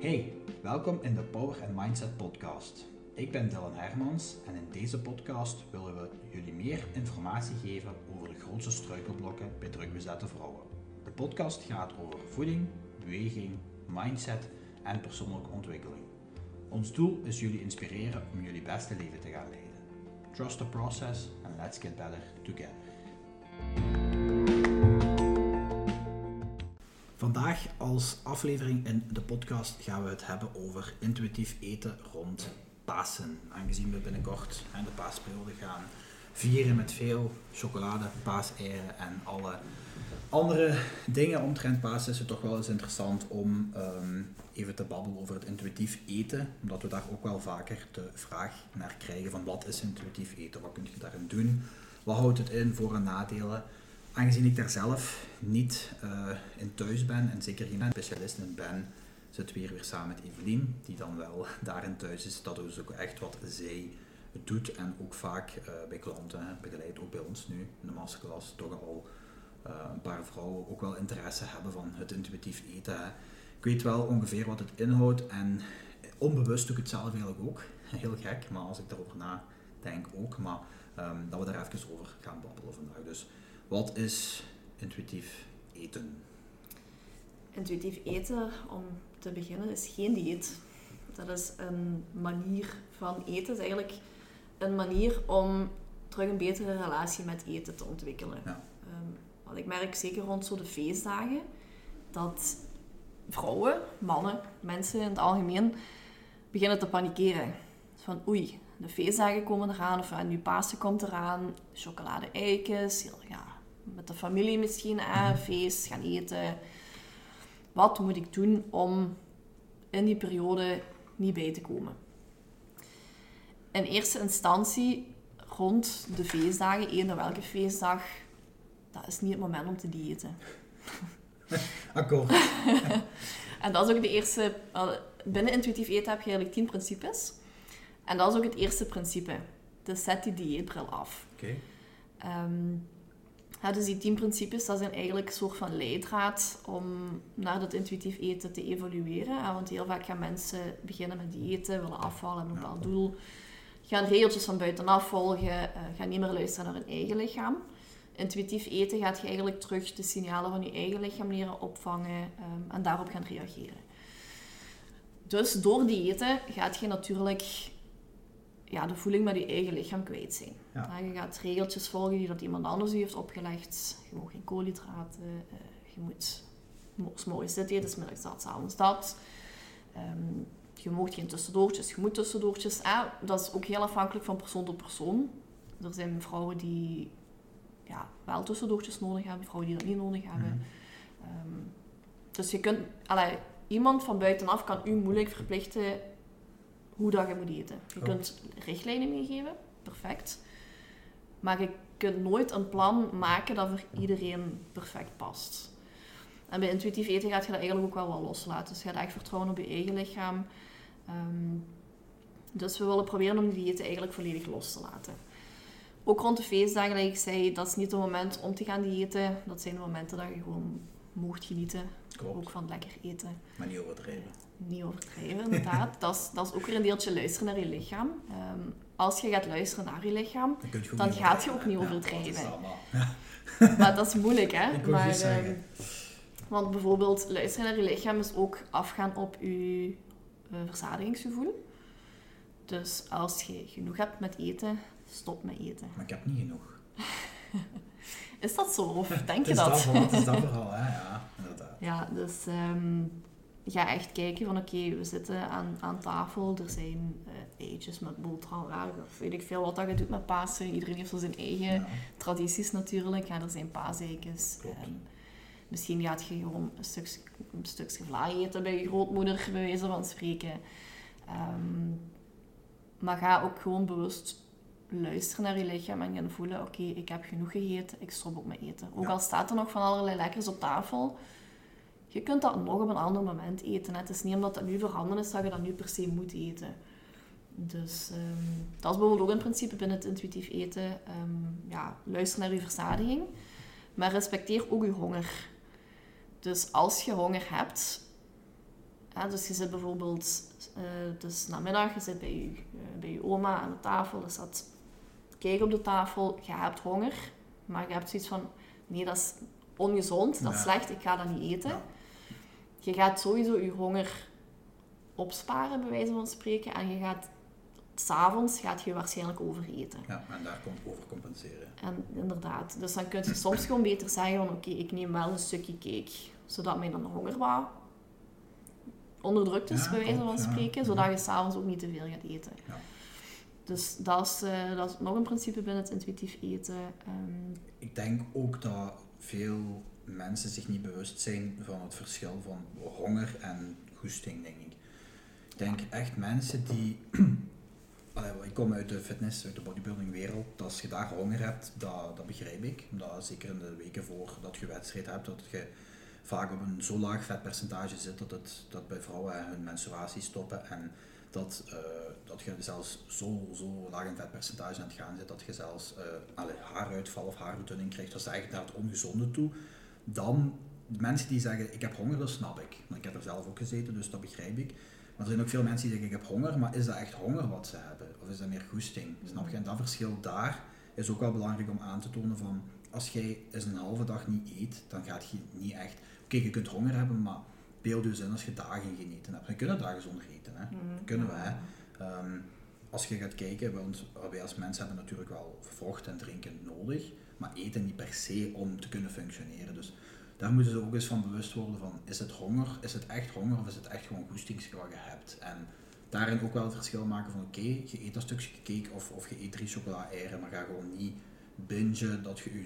Hey, welkom in de Power & Mindset podcast. Ik ben Dylan Hermans en in deze podcast willen we jullie meer informatie geven over de grootste struikelblokken bij drukbezette vrouwen. De podcast gaat over voeding, beweging, mindset en persoonlijke ontwikkeling. Ons doel is jullie inspireren om jullie beste leven te gaan leiden. Trust the process and let's get better together. Vandaag als aflevering in de podcast gaan we het hebben over intuïtief eten rond Pasen. Aangezien we binnenkort de paasperiode gaan vieren met veel chocolade, paaseieren en alle andere dingen omtrent Pasen, is het toch wel eens interessant om even te babbelen over het intuïtief eten. Omdat we daar ook wel vaker de vraag naar krijgen van wat is intuïtief eten, wat kun je daarin doen, wat houdt het in, voor- en nadelen. Aangezien ik daar zelf niet in thuis ben en zeker geen specialist in ben, zitten we hier weer samen met Evelien, die dan wel daarin thuis is. Dat is ook echt wat zij doet en ook vaak bij klanten begeleidt, ook bij ons nu in de masterclass, toch al een paar vrouwen ook wel interesse hebben van het intuïtief eten. Ik weet wel ongeveer wat het inhoudt en onbewust doe ik het zelf eigenlijk ook. Heel gek, maar als ik daarover nadenk ook. Maar dat we daar even over gaan babbelen vandaag. Dus wat is intuïtief eten? Intuïtief eten, om te beginnen, is geen dieet. Dat is een manier van eten. Het is eigenlijk een manier om terug een betere relatie met eten te ontwikkelen. Ja. Want ik merk zeker rond zo de feestdagen dat vrouwen, mannen, mensen in het algemeen beginnen te panikeren. Van oei, de feestdagen komen eraan, of nu Pasen komt eraan, chocolade-eitjes, ja, met de familie misschien, feest, gaan eten. Wat moet ik doen om in die periode niet bij te komen? In eerste instantie, rond de feestdagen, eender welke feestdag, dat is niet het moment om te diëten. Akkoord. En dat is ook de eerste... Binnen intuïtief eten heb je eigenlijk 10 principes. En dat is ook het eerste principe. Dus zet die dieetbril af. Oké. Dus die 10 principes, dat zijn eigenlijk een soort van leidraad om naar dat intuïtief eten te evolueren. Want heel vaak gaan mensen beginnen met diëten, willen afvallen, hebben een bepaald doel. Gaan regeltjes van buitenaf volgen, gaan niet meer luisteren naar hun eigen lichaam. Intuïtief eten gaat je eigenlijk terug de signalen van je eigen lichaam leren opvangen en daarop gaan reageren. Dus door diëten gaat je natuurlijk de voeling met je eigen lichaam kwijt zijn. Ja. Je gaat regeltjes volgen die dat iemand anders u heeft opgelegd. Je mag geen koolhydraten, je moet 's morgens dit eten, 's middags dat, 's avonds dat. Je mag geen tussendoortjes, je moet tussendoortjes. Dat is ook heel afhankelijk van persoon tot persoon. Er zijn vrouwen die wel tussendoortjes nodig hebben, vrouwen die dat niet nodig hebben. Dus je kunt... iemand van buitenaf kan u moeilijk verplichten hoe dat je moet eten. Je kunt richtlijnen meegeven, perfect. Maar je kunt nooit een plan maken dat voor iedereen perfect past. En bij intuïtief eten gaat je dat eigenlijk ook wel loslaten. Dus je gaat echt vertrouwen op je eigen lichaam. Dus we willen proberen om die diëten eigenlijk volledig los te laten. Ook rond de feestdagen, dat ik zei, dat is niet het moment om te gaan diëten. Dat zijn de momenten dat je gewoon mocht genieten. Klopt. Ook van lekker eten. Maar niet overdrijven. Niet overdrijven, inderdaad. Dat is ook weer een deeltje luisteren naar je lichaam. Als je gaat luisteren naar je lichaam, dan gaat je ook niet overdrijven. Maar dat is moeilijk, hè? Ik wil goed zeggen. Want bijvoorbeeld, luisteren naar je lichaam is ook afgaan op je verzadigingsgevoel. Dus als je genoeg hebt met eten, stop met eten. Maar ik heb niet genoeg. Is dat zo? Of denk je Het dat? is dat vooral, hè? Ja, inderdaad. Ja, dus ga echt kijken van oké, we zitten aan tafel, er zijn eitjes met boterham, weet ik veel wat dat je doet met Pasen. Iedereen heeft zo zijn eigen tradities natuurlijk. Er zijn paaseitjes. Misschien gaat je gewoon een stukje vla eten bij je grootmoeder, bij wijze van spreken. Maar ga ook gewoon bewust luisteren naar je lichaam en gaan voelen, oké, ik heb genoeg gegeten, ik stop ook met eten. Ook al staat er nog van allerlei lekkers op tafel, je kunt dat nog op een ander moment eten. Het is niet omdat dat nu voorhanden is, dat je dat nu per se moet eten. Dus dat is bijvoorbeeld ook een principe binnen het intuïtief eten. Luister naar je verzadiging, maar respecteer ook je honger. Dus als je honger hebt Dus je zit bijvoorbeeld, het is namiddag, je zit bij je oma aan de tafel, er staat cake op de tafel, je hebt honger, maar je hebt zoiets van, nee, dat is ongezond, dat is slecht, ik ga dat niet eten. Ja. Je gaat sowieso je honger opsparen, bij wijze van spreken, en je gaat 's avonds waarschijnlijk overeten. Ja, en daar komt overcompenseren. En inderdaad, dus dan kun je soms gewoon beter zeggen van oké, ik neem wel een stukje cake, zodat mijn honger wat onderdrukt is, bij wijze van spreken, zodat je 's avonds ook niet te veel gaat eten. Ja. Dus dat is nog een principe binnen het intuïtief eten. Ik denk ook dat veel mensen zich niet bewust zijn van het verschil van honger en goesting, denk ik. Ik denk echt mensen die... Ik kom uit de fitness, uit de bodybuilding wereld. Als je daar honger hebt, dat begrijp ik. Omdat zeker in de weken voordat je wedstrijd hebt, dat je vaak op een zo laag vetpercentage zit dat bij vrouwen hun menstruatie stoppen en dat je zelfs zo laag in vetpercentage aan het gaan zit dat je zelfs haaruitval of haarverdunning krijgt. Dat is eigenlijk naar het ongezonde toe. Dan de mensen die zeggen ik heb honger, dat snap ik. Want ik heb er zelf ook gezeten, dus dat begrijp ik. Maar er zijn ook veel mensen die zeggen ik heb honger, maar is dat echt honger wat ze hebben? Of is dat meer goesting? Snap je? En dat verschil daar is ook wel belangrijk om aan te tonen van als jij eens een halve dag niet eet, dan gaat je niet echt... Oké, je kunt honger hebben, maar beeld je in als je dagen geen eten hebt. We kunnen dagen zonder eten, hè. Dat kunnen we, hè. Als je gaat kijken, want wij als mensen hebben natuurlijk wel vocht en drinken nodig, maar eten niet per se om te kunnen functioneren. Dus daar moeten ze ook eens van bewust worden van, is het honger, is het echt honger of is het echt gewoon goestings wat je hebt? En daarin ook wel het verschil maken van oké, je eet een stukje cake of je eet 3 chocola-eieren, maar ga gewoon niet bingen dat je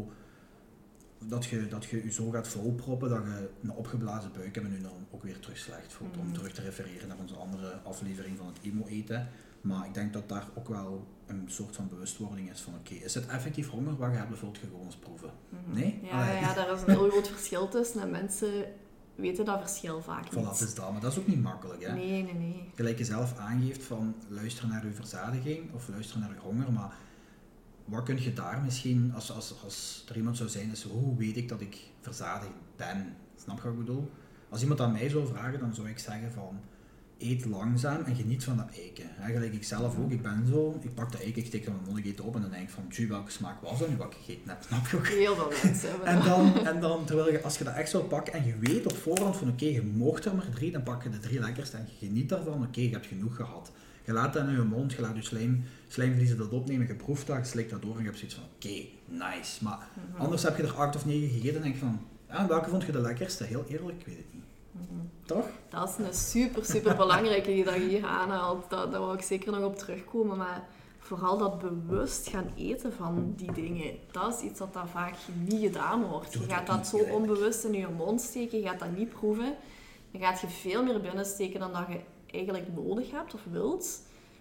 je zo gaat volproppen dat je een opgeblazen buik hebt en je dan ook weer terug slecht voelt. Om terug te refereren naar onze andere aflevering van het emo-eten. Maar ik denk dat daar ook wel een soort van bewustwording is van oké, is het effectief honger wat je hebt, of wilt je gewoon eens proeven? Nee? Ja, daar is een heel groot verschil tussen en mensen weten dat verschil vaak niet. Voilà, is dat, maar dat is ook niet makkelijk, hè? Nee. Gelijk je zelf aangeeft van luisteren naar je verzadiging of luisteren naar je honger, maar wat kun je daar misschien, als er iemand zou zijn, is hoe weet ik dat ik verzadigd ben? Snap je wat ik bedoel? Als iemand aan mij zou vragen, dan zou ik zeggen van eet langzaam en geniet van dat eiken. Gelijk ik zelf ook, ik ben zo, ik pak dat eiken, ik steek dat mijn mond, ik eet op en dan denk ik van tju, welke smaak was dat nu wat ik gegeten heb? Snap je ook? Heel veel mensen hebben en dan terwijl je, als je dat echt zou pakken en je weet op voorhand van oké, je mocht er maar 3, dan pak je de 3 lekkerste en je geniet daarvan, oké, je hebt genoeg gehad. Je laat dat in je mond, je laat je slijmvliezen dat opnemen, je proeft dat, je slikt dat door en je hebt zoiets van oké, nice. Maar anders heb je er 8 of 9 gegeten en denk je van, welke vond je de lekkerste? Heel eerlijk, ik weet het niet. Toch? Dat is een super belangrijke die je hier aanhaalt. Daar wil ik zeker nog op terugkomen. Maar vooral dat bewust gaan eten van die dingen, dat is iets dat vaak niet gedaan wordt. Je gaat dat zo onbewust in je mond steken, je gaat dat niet proeven. Dan gaat je veel meer binnensteken dan dat je eigenlijk nodig hebt of wilt.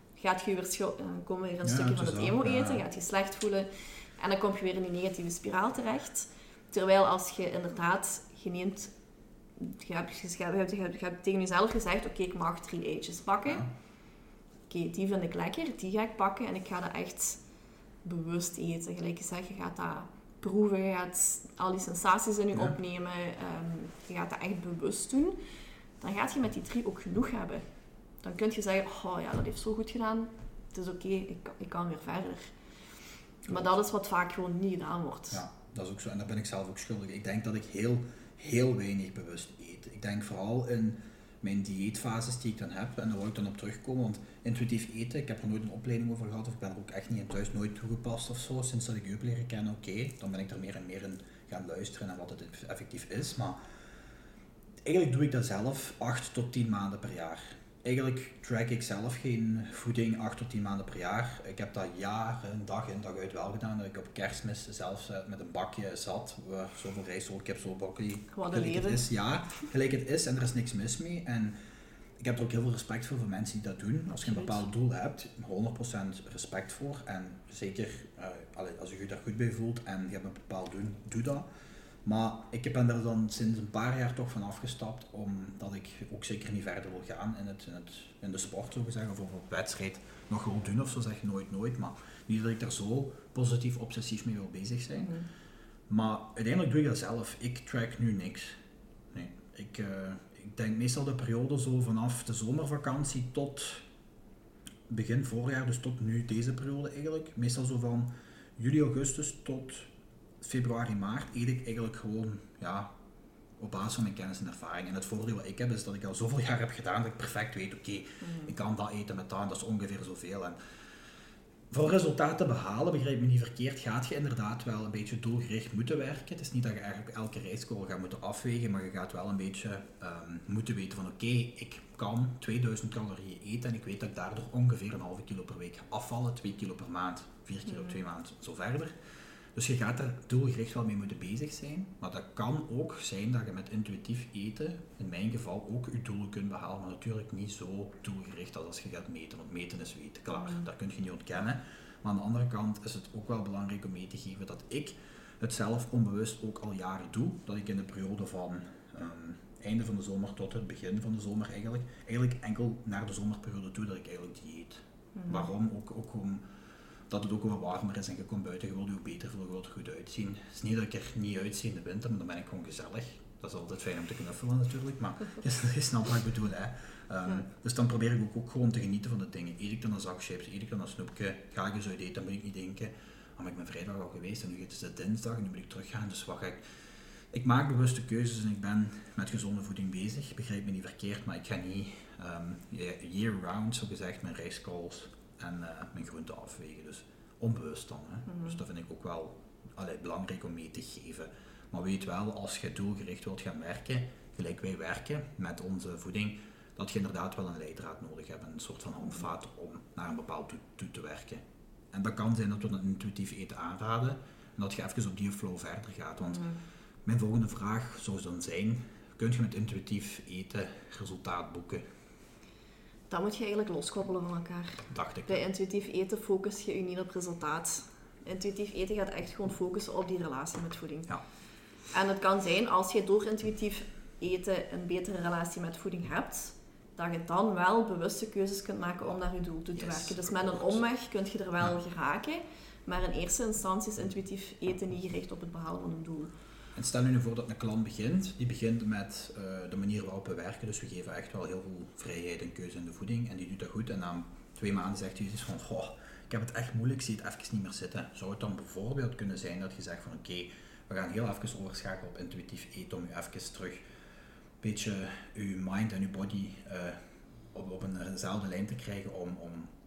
Dan komen we weer een stukje van het emo-eten, gaat je slecht voelen en dan kom je weer in die negatieve spiraal terecht. Terwijl als je inderdaad je hebt tegen jezelf gezegd, oké, ik mag 3 eitjes pakken. Ja. Oké, die vind ik lekker, die ga ik pakken en ik ga dat echt bewust eten. Gelijk gezegd, je gaat dat proeven, je gaat al die sensaties in je opnemen, je gaat dat echt bewust doen. Dan gaat je met die 3 ook genoeg hebben. Dan kun je zeggen, oh ja, dat heeft zo goed gedaan, het is oké, ik kan weer verder. Maar dat is wat vaak gewoon niet gedaan wordt. Ja, dat is ook zo en daar ben ik zelf ook schuldig. Ik denk dat ik heel weinig bewust eet. Ik denk vooral in mijn dieetfases die ik dan heb, en daar wil ik dan op terugkomen, want intuïtief eten, ik heb er nooit een opleiding over gehad, of ik ben er ook echt niet in thuis nooit toegepast of zo, sinds dat ik u heb leren kennen, oké, dan ben ik er meer en meer in gaan luisteren naar wat het effectief is, maar eigenlijk doe ik dat zelf 8 tot 10 maanden per jaar. Eigenlijk track ik zelf geen voeding 8 tot 10 maanden per jaar. Ik heb dat jaren, dag in dag uit wel gedaan. Dat ik op Kerstmis zelfs met een bakje zat, waar zoveel rijst, kip, zo broccoli, gelijk het is. Ja, gelijk het is en er is niks mis mee. En ik heb er ook heel veel respect voor mensen die dat doen. Als je een bepaald doel hebt, 100% respect voor. En zeker als je je daar goed bij voelt en je hebt een bepaald doel, doe dat. Maar ik ben er dan sinds een paar jaar toch van afgestapt, omdat ik ook zeker niet verder wil gaan in de sport, zo gezegd, of op wedstrijd nog gewoon doen of zo, zeg je nooit. Maar niet dat ik daar zo positief, obsessief mee wil bezig zijn. Maar uiteindelijk doe ik dat zelf. Ik track nu niks. Nee, ik denk meestal de periode zo vanaf de zomervakantie tot begin voorjaar, dus tot nu deze periode eigenlijk. Meestal zo van juli, augustus tot februari, maart eet ik eigenlijk gewoon op basis van mijn kennis en ervaring. En het voordeel wat ik heb is dat ik al zoveel jaar heb gedaan dat ik perfect weet, ik kan dat eten met dat en dat is ongeveer zoveel. En voor resultaten te behalen, begrijp me niet verkeerd, gaat je inderdaad wel een beetje doelgericht moeten werken. Het is niet dat je eigenlijk elke rijstkorrel gaat moeten afwegen, maar je gaat wel een beetje moeten weten van ik kan 2000 calorieën eten en ik weet dat ik daardoor ongeveer een halve kilo per week ga afvallen, 2 kilo per maand, 4 kilo op 2 maanden, zo verder. Dus je gaat er doelgericht wel mee moeten bezig zijn, maar dat kan ook zijn dat je met intuïtief eten, in mijn geval, ook je doelen kunt behalen, maar natuurlijk niet zo doelgericht als je gaat meten, want meten is weten, klaar, dat kun je niet ontkennen. Maar aan de andere kant is het ook wel belangrijk om mee te geven dat ik het zelf onbewust ook al jaren doe, dat ik in de periode van einde van de zomer tot het begin van de zomer eigenlijk enkel naar de zomerperiode toe dat ik eigenlijk dieet. Waarom? Ook om dat het ook wat warmer is en je komt buiten, je wilt je beter voelen, je wilt er goed uitzien. Het is niet dat ik er niet uitzie in de winter, maar dan ben ik gewoon gezellig. Dat is altijd fijn om te knuffelen natuurlijk, maar je snapt wat ik bedoel. Hè. Dus dan probeer ik ook gewoon te genieten van de dingen. Eet ik dan een zak chips, eet ik dan een snoepje, ga ik eens uit eten, dan moet ik niet denken, maar ik ben vrijdag al geweest en nu is het dinsdag en nu moet ik teruggaan, dus wat ga ik... Ik maak bewuste keuzes en ik ben met gezonde voeding bezig, begrijp me niet verkeerd, maar ik ga niet year-round, zo gezegd, mijn rijstkorrels en mijn groenten afwegen. Dus onbewust dan. Hè. Dus dat vind ik ook wel belangrijk om mee te geven. Maar weet wel, als je doelgericht wilt gaan werken, gelijk wij werken met onze voeding, dat je inderdaad wel een leidraad nodig hebt, een soort van handvaten om naar een bepaald doel te werken. En dat kan zijn dat we een intuïtief eten aanraden en dat je even op die flow verder gaat. Want mijn volgende vraag zou dan zijn, kun je met intuïtief eten resultaat boeken? Dat moet je eigenlijk loskoppelen van elkaar. Dacht ik. Bij intuïtief eten focus je niet op resultaat. Intuïtief eten gaat echt gewoon focussen op die relatie met voeding. Ja. En het kan zijn, als je door intuïtief eten een betere relatie met voeding hebt, dat je dan wel bewuste keuzes kunt maken om naar je doel toe te werken. Dus met een omweg kun je er wel geraken, maar in eerste instantie is intuïtief eten niet gericht op het behalen van een doel. En stel nu voor dat een klant begint, die begint met de manier waarop we werken, dus we geven echt wel heel veel vrijheid en keuze in de voeding en die doet dat goed en na 2 maanden zegt hij iets van, ik heb het echt moeilijk, ik zie het even niet meer zitten. Zou het dan bijvoorbeeld kunnen zijn dat je zegt van we gaan heel even overschakelen op intuïtief eten om je even terug een beetje je mind en je body op eenzelfde lijn te krijgen om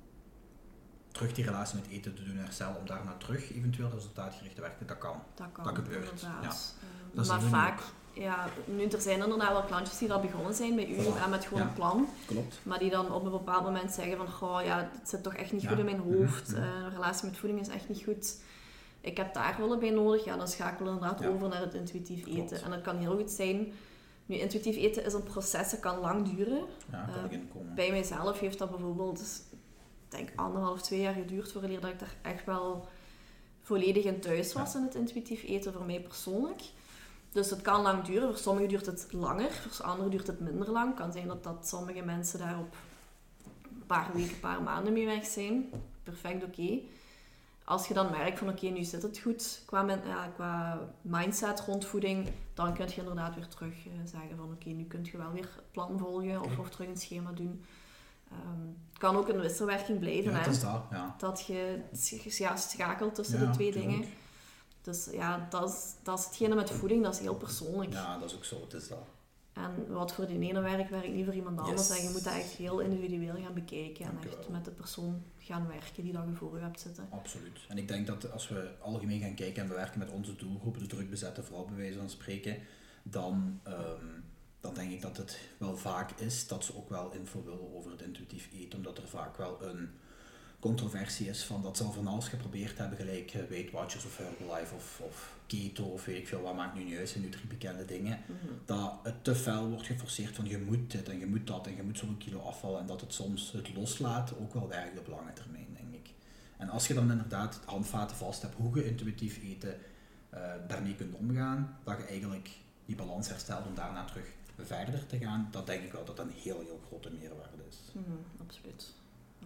terug die relatie met eten te doen herstellen, om daarna terug eventueel resultaatgericht te werken, dat kan. Dat gebeurt. Inderdaad. Ja. Maar vaak, nu er zijn inderdaad wel klantjes die dat begonnen zijn bij u en met gewoon een plan. Klopt. Maar die dan op een bepaald moment zeggen van, het zit toch echt niet goed in mijn hoofd, een relatie met voeding is echt niet goed. Ik heb daar hulp bij nodig, dan schakelen we inderdaad over naar het intuïtief eten. Klopt. En dat kan heel goed zijn. Nu, intuïtief eten is een proces, dat kan lang duren. Ja, kan ik inkomen. Bij mijzelf heeft dat bijvoorbeeld, ik denk 1,5-2 jaar geduurd voordat ik daar echt wel volledig in thuis was in het intuïtief eten, voor mij persoonlijk. Dus het kan lang duren, voor sommigen duurt het langer, voor anderen duurt het minder lang. Het kan zijn dat sommige mensen daar op een paar weken, een paar maanden mee weg zijn. Perfect oké. Als je dan merkt van nu zit het goed qua mindset rond voeding, dan kun je inderdaad weer terug zeggen van nu kun je wel weer het plan volgen of terug een schema doen. Het kan ook een wisselwerking blijven, dat is dat, ja. Dat je schakelt tussen de twee dingen. Dus dat is hetgene met voeding, dat is heel persoonlijk. Ja, dat is ook zo, het is dat. En wat voor de ene werkt niet voor iemand anders. En je moet dat echt heel individueel gaan bekijken en echt met de persoon gaan werken die dan voor je hebt zitten. Absoluut. En ik denk dat als we algemeen gaan kijken en we werken met onze doelgroep, de druk bezette vrouw bij wijze van spreken, dan denk ik dat het wel vaak is dat ze ook wel info willen over het intuïtief eten, omdat er vaak wel een controversie is van dat ze al van alles geprobeerd hebben, gelijk Weight Watchers of Herbalife of keto of weet ik veel, wat maakt nu niet uit, zijn nu 3 bekende dingen, dat het te fel wordt geforceerd van je moet dit en je moet dat en je moet zoveel kilo afvallen en dat het soms het loslaten ook wel werkt op lange termijn, denk ik. En als je dan inderdaad handvaten vast hebt hoe je intuïtief eten daarmee kunt omgaan, dat je eigenlijk die balans herstelt om daarna terug verder te gaan, dat denk ik wel dat dat een heel grote meerwaarde is. Absoluut. Ja.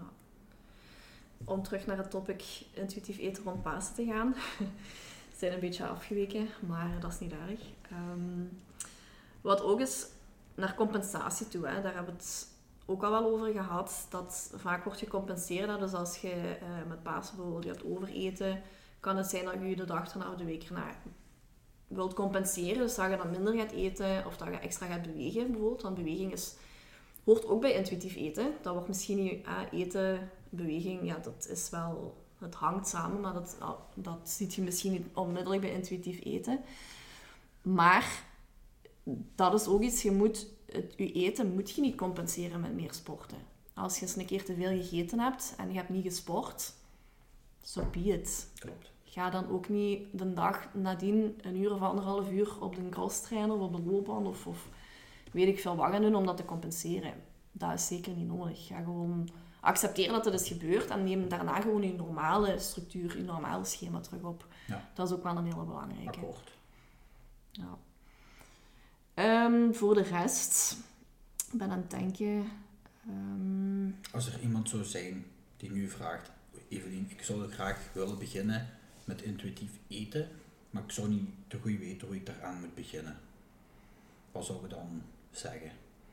Om terug naar het topic intuïtief eten rond Pasen te gaan. We zijn een beetje afgeweken, maar dat is niet erg. Wat ook is naar compensatie toe. Hè. Daar hebben we het ook al wel over gehad. Dat vaak wordt gecompenseerd. Hè. Dus als je met Pasen bijvoorbeeld gaat overeten, kan het zijn dat je de dag erna of de week erna wilt compenseren. Dus dat je dan minder gaat eten of dat je extra gaat bewegen bijvoorbeeld. Want beweging hoort ook bij intuïtief eten. Dat wordt misschien niet eten, beweging, ja, dat is wel... Het hangt samen, maar dat ziet je misschien niet onmiddellijk bij intuïtief eten. Maar dat is ook iets, je eten moet je niet compenseren met meer sporten. Als je eens een keer te veel gegeten hebt en je hebt niet gesport, so be it. Klopt. Ga dan ook niet de dag nadien 1 uur of 1,5 uur op de crosstrainer of op de loopbaan of weet ik veel wat gaan doen om dat te compenseren. Dat is zeker niet nodig. Ga gewoon accepteren dat het is gebeurd en neem daarna gewoon je normale structuur, je normale schema terug op. Ja. Dat is ook wel een hele belangrijke. Akkoord. Ja. Voor de rest, ik ben aan het denken... Als er iemand zou zijn die nu vraagt, Evelien, ik zou graag willen beginnen met intuïtief eten, maar ik zou niet te goed weten hoe ik daaraan moet beginnen. Wat zou je dan zeggen?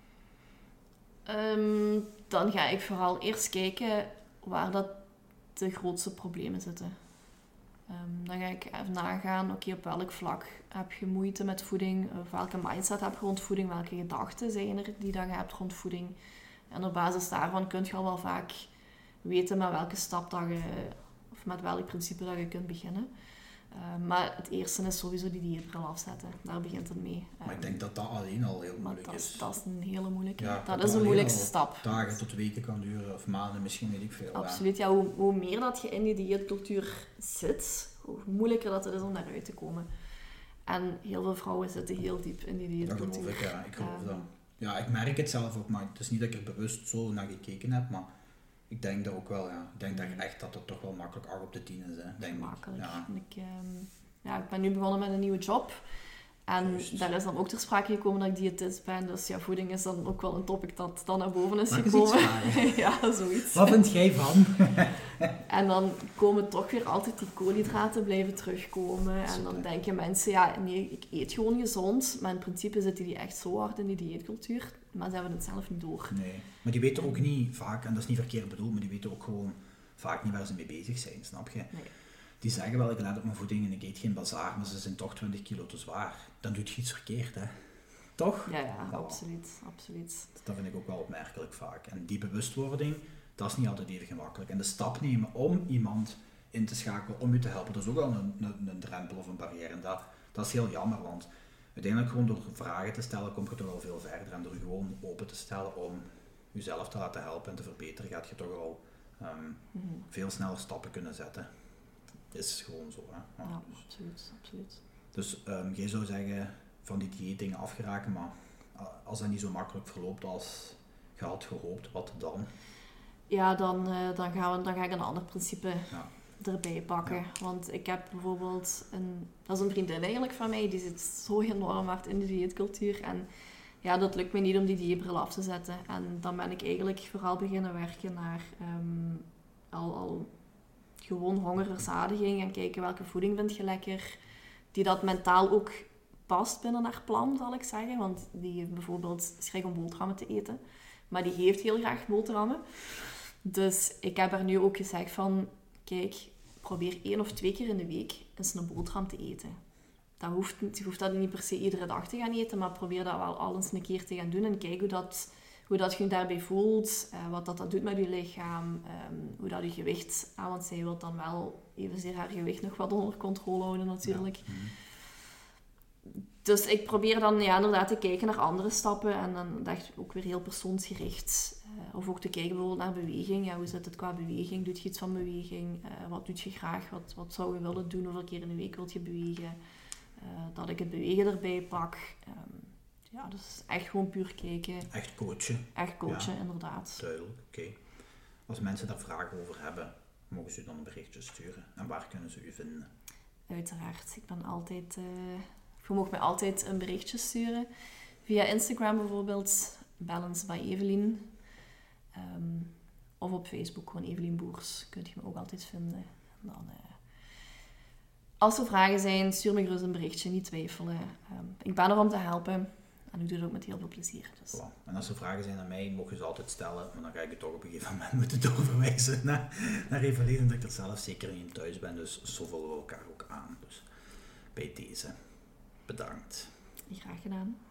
Dan ga ik vooral eerst kijken waar dat de grootste problemen zitten. Dan ga ik even nagaan, oké, op welk vlak heb je moeite met voeding? Of welke mindset heb je rond voeding? Welke gedachten zijn er die je hebt rond voeding? En op basis daarvan kun je al wel vaak weten met welke stap dat je, of met welk principe dat je kunt beginnen. Maar het eerste is sowieso die dieetbril afzetten. Daar begint het mee. Maar ik denk dat dat alleen al heel moeilijk is. Dat is een hele moeilijke. Ja, dat is een moeilijkste stap. Dagen tot weken kan duren, of maanden misschien, weet ik veel. Absoluut. Ja, hoe meer dat je in die dieetcultuur zit, hoe moeilijker dat het is om daaruit te komen. En heel veel vrouwen zitten heel diep in die dieetcultuur. Dat geloof ik, ja. Ik geloof dat. Ja, ik merk het zelf ook, maar het is niet dat ik er bewust zo naar gekeken heb, maar ik denk dat ook wel, ja. Ik denk dat het toch wel makkelijk 8 op de 10 is, hè. Denk makkelijk. Ja. Ik ben nu begonnen met een nieuwe job. En daar is dan ook ter sprake gekomen dat ik diëtist ben. Dus ja, voeding is dan ook wel een topic dat dan naar boven is gekomen. Ja, zoiets. Wat vind jij van? En dan komen toch weer altijd die koolhydraten blijven terugkomen. Super. En dan denken mensen, ja, nee, ik eet gewoon gezond. Maar in principe zitten die echt zo hard in die dieetcultuur. Maar ze hebben het zelf niet door. Nee, maar die weten ook niet vaak, en dat is niet verkeerd bedoeld, maar die weten ook gewoon vaak niet waar ze mee bezig zijn, snap je? Nee. Die zeggen wel, ik let op mijn voeding en ik eet geen bazaar, maar ze zijn toch 20 kilo te zwaar. Dan doe je iets verkeerd, hè? Toch? Ja, absoluut. Dat vind ik ook wel opmerkelijk vaak. En die bewustwording, dat is niet altijd even gemakkelijk. En de stap nemen om iemand in te schakelen, om je te helpen, dat is ook wel een drempel of een barrière. En dat is heel jammer, want uiteindelijk gewoon door vragen te stellen, kom je toch al veel verder. En door je gewoon open te stellen om jezelf te laten helpen en te verbeteren, gaat je toch al veel sneller stappen kunnen zetten. Is gewoon zo, hè. Ja, absoluut. Dus jij zou zeggen, van die dieetdingen afgeraken, maar als dat niet zo makkelijk verloopt als je had gehoopt, wat dan? Ja, dan ga ik een ander principe erbij pakken. Ja. Want ik heb bijvoorbeeld dat is een vriendin eigenlijk van mij, die zit zo enorm hard in de dieetcultuur. En ja, dat lukt me niet om die dieetbril af te zetten. En dan ben ik eigenlijk vooral beginnen werken naar al gewoon hongerverzadiging en kijken welke voeding vind je lekker, die dat mentaal ook past binnen haar plan, zal ik zeggen. Want die heeft bijvoorbeeld schrik om boterhammen te eten, maar die heeft heel graag boterhammen. Dus ik heb haar nu ook gezegd van, kijk, probeer 1 of 2 keer in de week eens een boterham te eten. Je hoeft dat niet per se iedere dag te gaan eten, maar probeer dat wel al eens een keer te gaan doen en kijk hoe dat je daarbij voelt, wat dat doet met je lichaam, hoe dat je gewicht... want zij wil dan wel evenzeer haar gewicht nog wat onder controle houden natuurlijk. Ja. Dus ik probeer dan inderdaad te kijken naar andere stappen en dan dacht ik ook weer heel persoonsgericht. Of ook te kijken bijvoorbeeld naar beweging. Ja, hoe zit het qua beweging? Doe je iets van beweging? Wat doe je graag? Wat zou je willen doen? Hoeveel keer in de week wil je bewegen? Dat ik het bewegen erbij pak. Dus echt gewoon puur kijken. Echt coachen. Echt coachen, inderdaad. Duidelijk, oké. Als mensen daar vragen over hebben, mogen ze dan een berichtje sturen. En waar kunnen ze u vinden? Uiteraard. Ik ben altijd... je mag mij altijd een berichtje sturen. Via Instagram bijvoorbeeld, Balance by Evelien. Of op Facebook, gewoon Evelien Boers. Kun je me ook altijd vinden. En dan... als er vragen zijn, stuur me gerust een berichtje, niet twijfelen. Ik ben er om te helpen. En ik doe het ook met heel veel plezier. Dus. Voilà. En als er vragen zijn aan mij, mogen ze altijd stellen, maar dan ga ik het toch op een gegeven moment moeten doorverwijzen naar Evelien, dat ik er zelf zeker niet in thuis ben. Dus zo vullen we elkaar ook aan. Dus bij deze, bedankt. Graag gedaan.